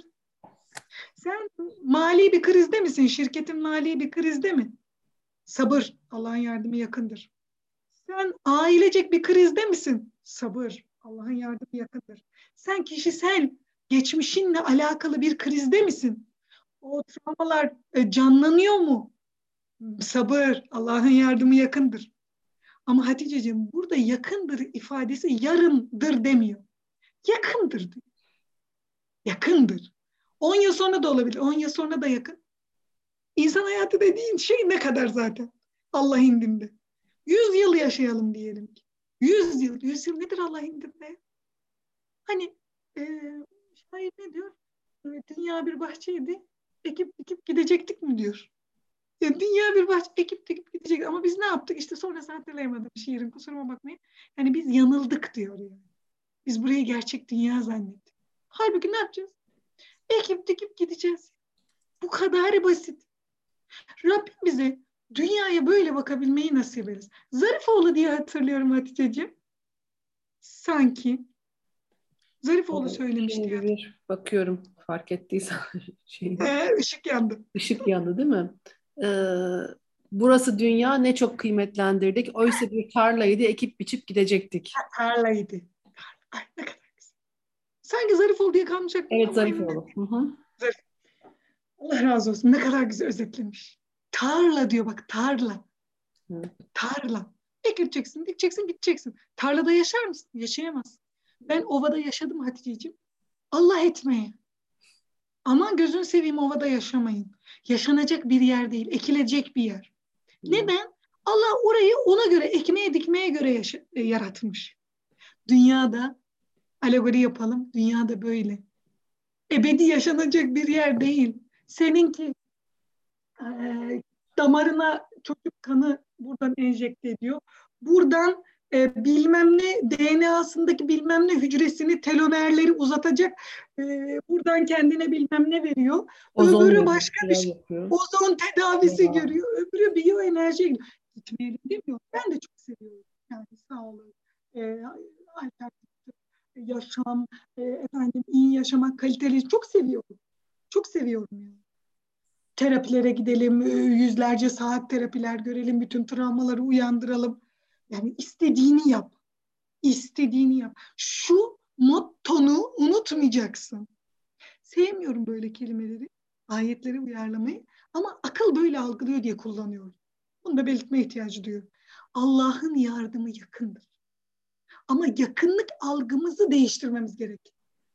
Sen mali bir krizde misin? Şirketin mali bir krizde mi? Sabır. Allah'ın yardımı yakındır. Sen ailecek bir krizde misin? Sabır. Allah'ın yardımı yakındır. Sen kişisel geçmişinle alakalı bir krizde misin? O travmalar canlanıyor mu? sabır, Allah'ın yardımı yakındır. Ama Haticeciğim burada yakındır ifadesi yarındır demiyor. Yakındır diyor. Yakındır. On yıl sonra da olabilir. On yıl sonra da yakın. İnsan hayatı dediğin şey ne kadar zaten? Allah indinde. Yüz yıl yaşayalım diyelim ki. Yüz yıl. Yüz yıl nedir Allah indinde? Hani e, şair ne diyor? Dünya bir bahçeydi. Ekip dikip gidecektik mi diyor. Ya dünya bir bahçe ekip dikip gidecek. Ama biz ne yaptık? İşte sonrasını hatırlayamadım şiirin, kusuruma bakmayın. Yani biz yanıldık diyor yani. Biz burayı gerçek dünya zannettik. Halbuki ne yapacağız? Ekip dikip gideceğiz. Bu kadar basit. Rabbim bize dünyaya böyle bakabilmeyi nasip etsin. Zarifoğlu diye hatırlıyorum Hatice'ciğim. Sanki. Zarifoğlu söylemişti.
Şimdi
Yani.
bir bakıyorum, fark ettiysen şeyi.
Ee, ışık yandı.
Işık yandı değil mi? Ee, burası dünya, ne çok kıymetlendirdik. Oysa bir tarlaydı, ekip biçip gidecektik.
Tarlaydı. Ay ne kadar güzel. Sanki Zarifoğlu diye kalmayacak.
Evet,
Ama emin
Zarifoğlu. Hı hı.
Zarif. Allah razı olsun. Ne kadar güzel özetlemiş. Tarla diyor bak, tarla.
Hı.
Tarla. Ekeceksin, dikeceksin, gideceksin. Tarlada yaşar mısın? Yaşayamazsın. Ben ovada yaşadım Hatice'ciğim. Allah etmeye. Aman gözünü seveyim, ovada yaşamayın. Yaşanacak bir yer değil, ekilecek bir yer.
Hı.
Neden? Allah orayı ona göre, ekmeye dikmeye göre yaşa- e, yaratmış. Dünyada, alegori yapalım, dünyada böyle. Ebedi yaşanacak bir yer değil. Seninki e, damarına çocuk kanı buradan enjekte ediyor. Buradan e, bilmem ne D N A'sındaki bilmem ne hücresini, telomerleri uzatacak. E, buradan kendine bilmem ne veriyor.
Ozon
Öbürü
yapıyor,
başka bir
şeyler
şey.
yapıyor.
Ozon tedavisi
Ya.
görüyor. Öbürü biyoenerjiye gidiyor. Gitmeyelim demiyor. Ben de çok seviyorum. Yani sağlık, e, alternatif yaşam, e, efendim iyi yaşamak, kaliteli çok seviyorum. Çok seviyorum yani. Terapilere gidelim, yüzlerce saat terapiler görelim, bütün travmaları uyandıralım. Yani istediğini yap. İstediğini yap. Şu mottonu unutmayacaksın. Sevmiyorum böyle kelimeleri, ayetleri uyarlamayı ama akıl böyle algılıyor diye kullanıyorum. Bunu da belirtmeye ihtiyacı duyuyorum. Allah'ın yardımı yakındır. Ama yakınlık algımızı değiştirmemiz gerekir.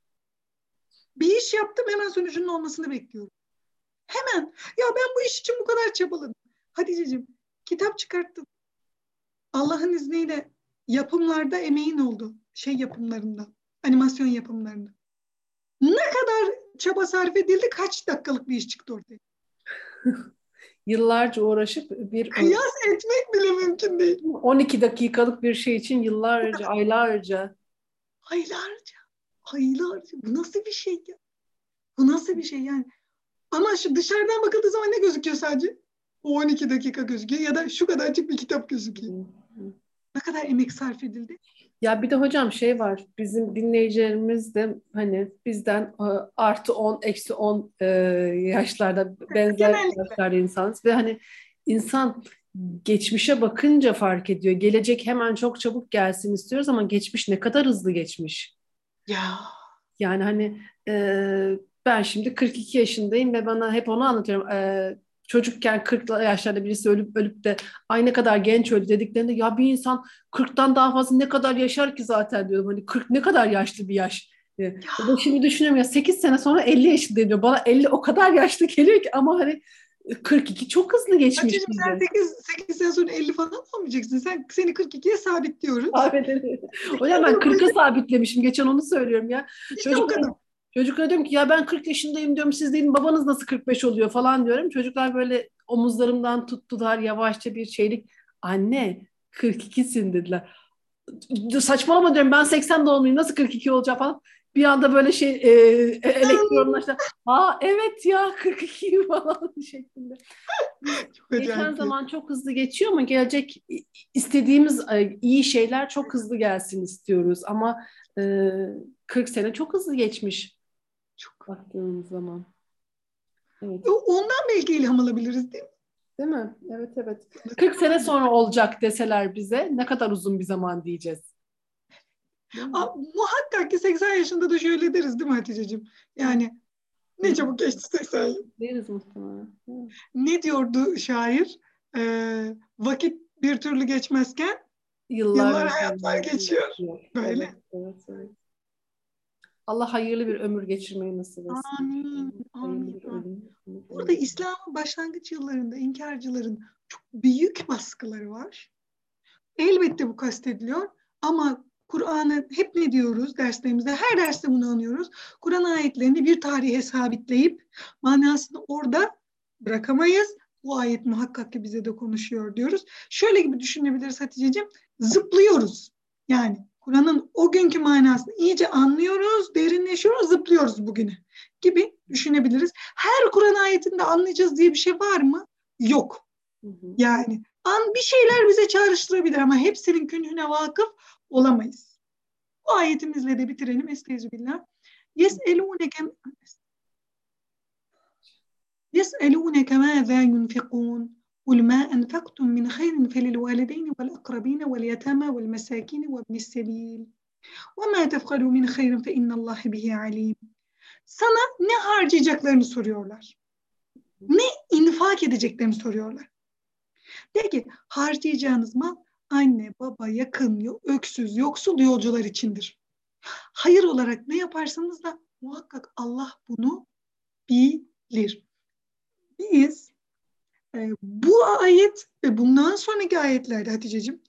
Bir iş yaptım, hemen sonucunun olmasını bekliyorum. Hemen. Ya ben bu iş için bu kadar çabaladım. Haticeciğim, kitap çıkarttın. Allah'ın izniyle yapımlarda emeğin oldu. Şey yapımlarında, animasyon yapımlarında. Ne kadar çaba sarf edildi, kaç dakikalık bir iş çıktı ortaya.
Yıllarca uğraşıp bir
Kıyas etmek bile mümkün değil.
on iki dakikalık bir şey için yıllarca, aylarca.
Aylarca, aylarca. Bu nasıl bir şey ya? Bu nasıl bir şey yani? Ama şu dışarıdan bakıldığı zaman ne gözüküyor sadece? O on iki dakika gözüküyor ya da şu kadarcık bir kitap gözüküyor. Ne kadar emek sarf edildi?
Ya bir de hocam şey var, bizim dinleyicilerimiz de hani bizden e, artı on, eksi on e, yaşlarda, benzer
Genellikle.
yaşlarda insanız ve hani insan geçmişe bakınca fark ediyor. Gelecek hemen çok çabuk gelsin istiyoruz ama geçmiş ne kadar hızlı geçmiş.
Ya.
Yani hani e, ben şimdi kırk iki yaşındayım ve bana hep onu anlatıyorum. E, çocukken kırk yaşlarda birisi ölüp ölüp de ay ne kadar genç öldü dediklerinde ya bir insan kırktan daha fazla ne kadar yaşar ki zaten diyorum. Hani kırk ne kadar yaşlı bir yaş. E,
Ya.
ben şimdi düşünüyorum ya sekiz sene sonra elli yaşındayım diyor. Bana elli o kadar yaşlı geliyor ki ama hani kırk iki çok hızlı geçmiş
Hatice'm sen
gibi.
sekiz, sekiz sene sonra elli falan olmayacaksın. Sen, seni kırk ikiye sabitliyoruz.
Abi, hocam ben kırka sabitlemişim. Geçen onu söylüyorum ya.
İşte o
Çocuklar
kadar.
Çocuklara diyorum ki ya ben kırk yaşındayım diyorum, siz deyin babanız nasıl kırk beş oluyor falan diyorum. Çocuklar böyle omuzlarımdan tuttular yavaşça bir şeylik. Anne kırk ikisin dediler. Saçmalama diyorum, ben seksen doğumluyum nasıl kırk iki olacak falan. Bir anda böyle şey e, e- elektronlaştı. Aa evet ya kırk iki falan şeklinde.
Çok
Geçen
acayip ya.
zaman çok hızlı geçiyor ama gelecek istediğimiz e, iyi şeyler çok hızlı gelsin istiyoruz. Ama e, kırk sene çok hızlı geçmiş
Çok.
baktığımız zaman. Evet.
Ondan belki ilham alabiliriz değil mi?
Değil mi? Evet evet. kırk sene sonra olacak deseler bize ne kadar uzun bir zaman diyeceğiz. Değil mi?
Aa, muhakkak ki seksen yaşında da şöyle deriz değil mi Hatice'ciğim? Yani ne çabuk geçti seksen yıl.
Deriz muhtemelen.
Ne diyordu şair? e, vakit bir türlü geçmezken
Yıllar
yıllar, hayatlar
yıllar
geçiyor.
geçiyor.
Böyle.
Evet, evet, evet. Allah hayırlı bir ömür geçirmeyi nasip etsin.
Amin,
Hayırlı
amin,
bir
amin.
ölüm.
Burada İslam'ın başlangıç yıllarında inkarcıların çok büyük baskıları var. Elbette bu kastediliyor ama Kur'an'ı hep ne diyoruz derslerimizde? Her derste bunu anlıyoruz. Kur'an ayetlerini bir tarihe sabitleyip manasını orada bırakamayız. Bu ayet muhakkak ki bize de konuşuyor diyoruz. Şöyle gibi düşünebiliriz Hatice'ciğim. Zıplıyoruz. Yani Kur'an'ın o günkü manasını iyice anlıyoruz, derinleşiyoruz, zıplıyoruz bugüne gibi düşünebiliriz. Her Kur'an ayetinde anlayacağız diye bir şey var mı? Yok.
Hı hı.
Yani an bir şeyler bize çağrıştırabilir ama hepsinin künhüne vakıf olamayız. Bu ayetimizle de bitirelim. Estağfirullah. Yes'elûneke Yes'elûneke mâzâ yunfikûn قُلْ مَا أَنْفَقْتُمْ مِنْ خَيْرٍ فَلِلْوَالِدَيْنِ وَالْأَقْرَبِينَ وَالْيَتَامَى وَالْمَسَاكِينِ وَابْنِ السَّبِيلِ وَمَا تَفْعَلُوا مِنْ خَيْرٍ فَإِنَّ اللّٰهَ بِهِ عَلِيمٌ. Sana ne harcayacaklarını soruyorlar. Ne infak edeceklerini soruyorlar. De ki harcayacağınız mal anne, baba, yakın, öksüz, yoksul yolcular içindir. Hayır olarak ne yaparsanız da muhakkak Allah bunu bilir. Biz e, bu ayet ve bundan sonraki ayetlerde Hatice'cim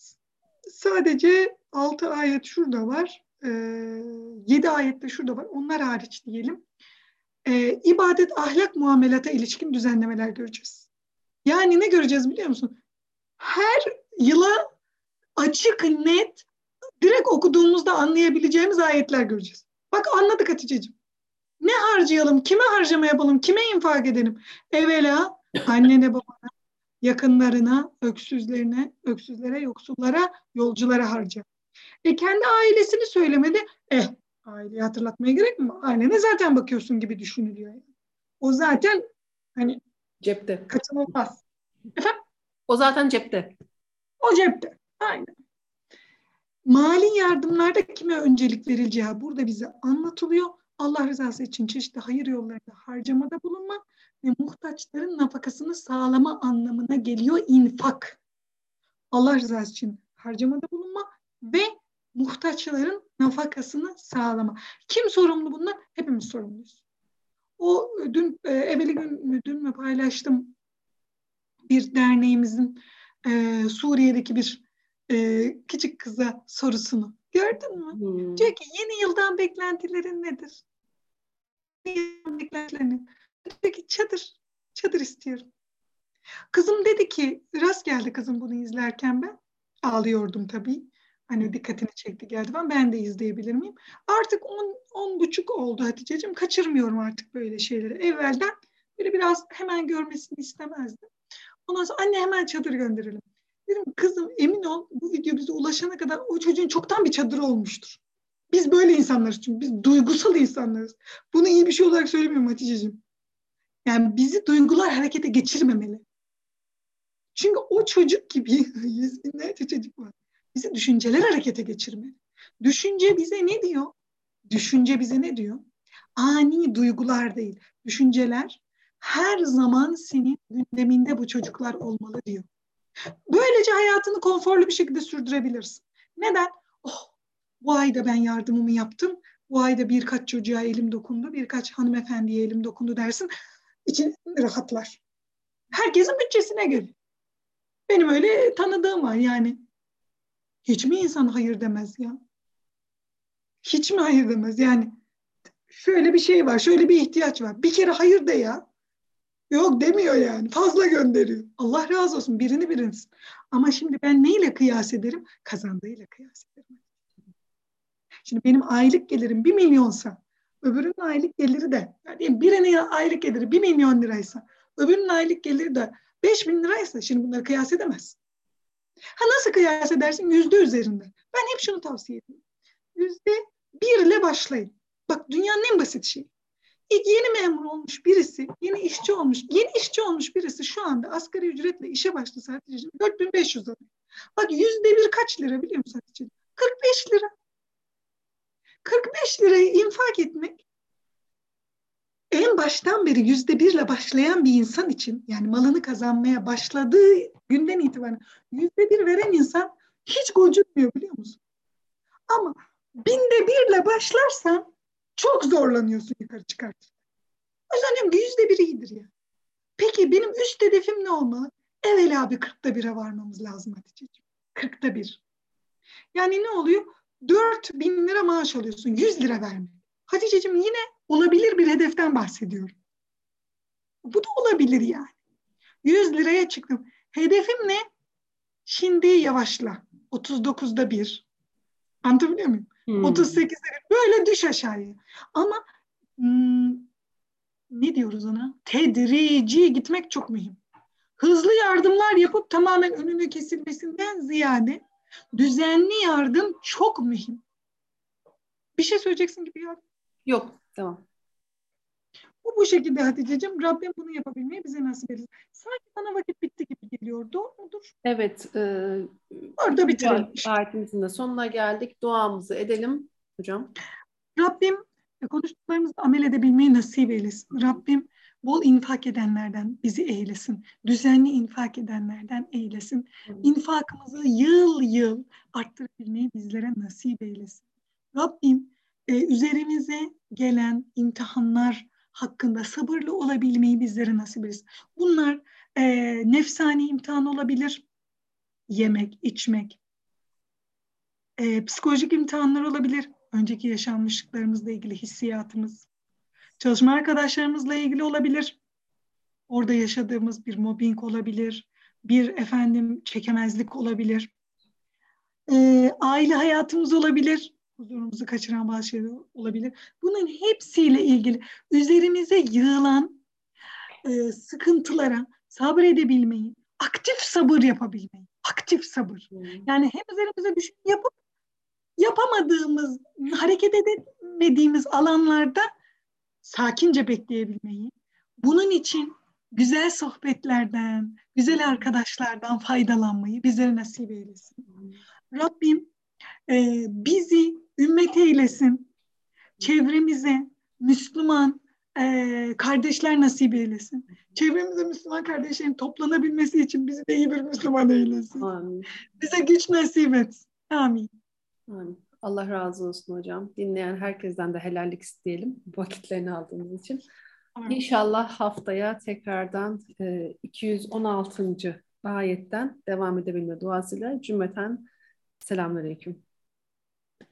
sadece altı ayet şurada var. E, yedi ayet de şurada var. Onlar hariç diyelim. E, ibadet, ahlak, muamelata ilişkin düzenlemeler göreceğiz. Yani ne göreceğiz biliyor musun? Her yıla açık, net, direkt okuduğumuzda anlayabileceğimiz ayetler göreceğiz. Bak anladık Hatice'ciğim. Ne harcayalım, kime harcama yapalım, kime infak edelim? Evvela annene, babana, yakınlarına, öksüzlerine, öksüzlere, yoksullara, yolculara harca. E kendi ailesini söylemedi. Eh, aileyi hatırlatmaya gerek mi? Ailene zaten bakıyorsun gibi düşünülüyor. O zaten hani
Cepte.
kaçınılmaz. Efendim?
O zaten cepte.
O cepte. Aynen. Mali yardımlarda kime öncelik verileceği burada bize anlatılıyor. Allah rızası için çeşitli hayır yollarında harcamada bulunmak ve muhtaçların nafakasını sağlama anlamına geliyor infak. Allah rızası için harcamada bulunma ve muhtaçların nafakasını sağlama. Kim sorumlu bundan? Hepimiz sorumluyuz. O dün, e, evveli gün dün mü paylaştım bir derneğimizin e, Suriye'deki bir e, küçük kıza sorusunu. Gördün mü?
Hmm.
Diyor ki yeni yıldan beklentilerin nedir? Yeni yıldan beklentilerin. Diyor ki çadır. Çadır istiyorum. Kızım dedi ki rast geldi kızım bunu izlerken ben. Ağlıyordum tabii. Hani dikkatini çekti geldi ben. Ben de izleyebilir miyim? Artık on, on buçuk oldu Hatice'cim. Kaçırmıyorum artık böyle şeyleri. Evvelden böyle biraz hemen görmesini istemezdim. Ondan sonra anne hemen çadır gönderelim. Dedim kızım emin ol bu video bize ulaşana kadar o çocuğun çoktan bir çadırı olmuştur. Biz böyle insanlarız çünkü biz duygusal insanlarız. Bunu iyi bir şey olarak söylemiyorum Hatice'ciğim. Yani bizi duygular harekete geçirmemeli. Çünkü o çocuk gibi yüz binlerce çocuk var. Bizi düşünceler harekete geçirmeli. Düşünce bize ne diyor? Düşünce bize ne diyor? Ani duygular değil. Düşünceler her zaman senin gündeminde bu çocuklar olmalı diyor. Böylece hayatını konforlu bir şekilde sürdürebilirsin. Neden? Oh, bu ayda ben yardımımı yaptım. Bu ayda birkaç çocuğa elim dokundu, birkaç hanımefendiye elim dokundu dersin. İçin rahatlar. Herkesin bütçesine göre. Benim öyle tanıdığım var yani. Hiç mi insan hayır demez ya? Hiç mi hayır demez? Yani şöyle bir şey var, şöyle bir ihtiyaç var. Bir kere hayır de ya. Yok demiyor yani. Fazla gönderiyor. Allah razı olsun. Birini birinsin. Ama şimdi ben neyle kıyas ederim? Kazandığıyla kıyas ederim. Şimdi benim aylık gelirim bir milyonsa, öbürünün aylık geliri de, yani birinin aylık geliri bir milyon liraysa, öbürünün aylık geliri de beş bin liraysa, şimdi bunları kıyas edemezsin. Ha nasıl kıyas edersin? Yüzde üzerinden. Ben hep şunu tavsiye ediyorum. Yüzde bir ile başlayın. Bak dünyanın en basit şeyi. İlk yeni memur olmuş birisi, yeni işçi olmuş, yeni işçi olmuş birisi şu anda asgari ücretle işe başlasa dört bin beş yüz alıyor. Bak yüzde bir kaç lira biliyor musun? kırk beş lira. kırk beş lirayı infak etmek en en baştan beri yüzde birle başlayan bir insan için, yani malını kazanmaya başladığı günden itibaren yüzde bir veren insan hiç gocunmuyor, biliyor musun? Ama binde birle başlarsan çok zorlanıyorsun yukarı çıkartırken. O yüzden diyorum ki yüzde bir iyidir ya. Peki benim üst hedefim ne olmalı? Evvela bir kırkta bire varmamız lazım Hatice'ciğim. kırkta bir. Yani ne oluyor? dört bin lira maaş alıyorsun. yüz lira verme. Hatice'ciğim yine olabilir bir hedeften bahsediyorum. Bu da olabilir yani. yüz liraya çıktım. Hedefim ne? Şimdi yavaşla. otuz dokuzda bir. Anlatabiliyor muyum?
Hmm.
otuz sekizde bir. Böyle düş aşağıya. Ama hmm, ne diyoruz ona? Tedrici gitmek çok mühim. Hızlı yardımlar yapıp tamamen önünü kesilmesinden ziyade düzenli yardım çok mühim. Bir şey söyleyeceksin gibi ya.
Yok, tamam.
Bu bu şekilde Hatice'cim. Rabbim bunu yapabilmeyi bize nasip etsin. Sanki bana vakit bitti gibi geliyor. Doğru mudur?
Evet, e,
Orada
üçüncü
bitirelim işte.
ayetimizin de sonuna geldik. Duamızı edelim hocam.
Rabbim konuştuklarımızı amel edebilmeyi nasip eylesin. Rabbim bol infak edenlerden bizi eylesin. Düzenli infak edenlerden eylesin. İnfakımızı yıl yıl arttırabilmeyi bizlere nasip eylesin. Rabbim e, üzerimize gelen imtihanlar hakkında sabırlı olabilmeyi bizlere nasip eylesin. Bunlar e, nefsani imtihan olabilir, yemek, içmek, e, psikolojik imtihanlar olabilir, önceki yaşanmışlıklarımızla ilgili hissiyatımız, çalışma arkadaşlarımızla ilgili olabilir, orada yaşadığımız bir mobbing olabilir, bir efendim çekemezlik olabilir, e, aile hayatımız olabilir, huzurumuzu kaçıran bazı şeyler olabilir. Bunun hepsiyle ilgili üzerimize yığılan e, sıkıntılara sabredebilmeyi, aktif sabır yapabilmeyi, aktif sabır. Yani hem üzerimize düşün yapıp yapamadığımız, hareket edemediğimiz alanlarda sakince bekleyebilmeyi, bunun için güzel sohbetlerden, güzel arkadaşlardan faydalanmayı bizlere nasip eylesin. Rabbim e, bizi ümmet eylesin, çevremize Müslüman e, kardeşler nasip eylesin. Çevremize Müslüman kardeşlerin toplanabilmesi için bizi de iyi bir Müslüman eylesin.
Amin.
Bize güç nasip etsin. Amin.
Amin. Allah razı olsun hocam. Dinleyen herkesten de helallik isteyelim vakitlerini aldığımız için.
Amin.
İnşallah haftaya tekrardan e, iki yüz on altıncı ayetten devam edebilme duasıyla cümleten selamünaleyküm.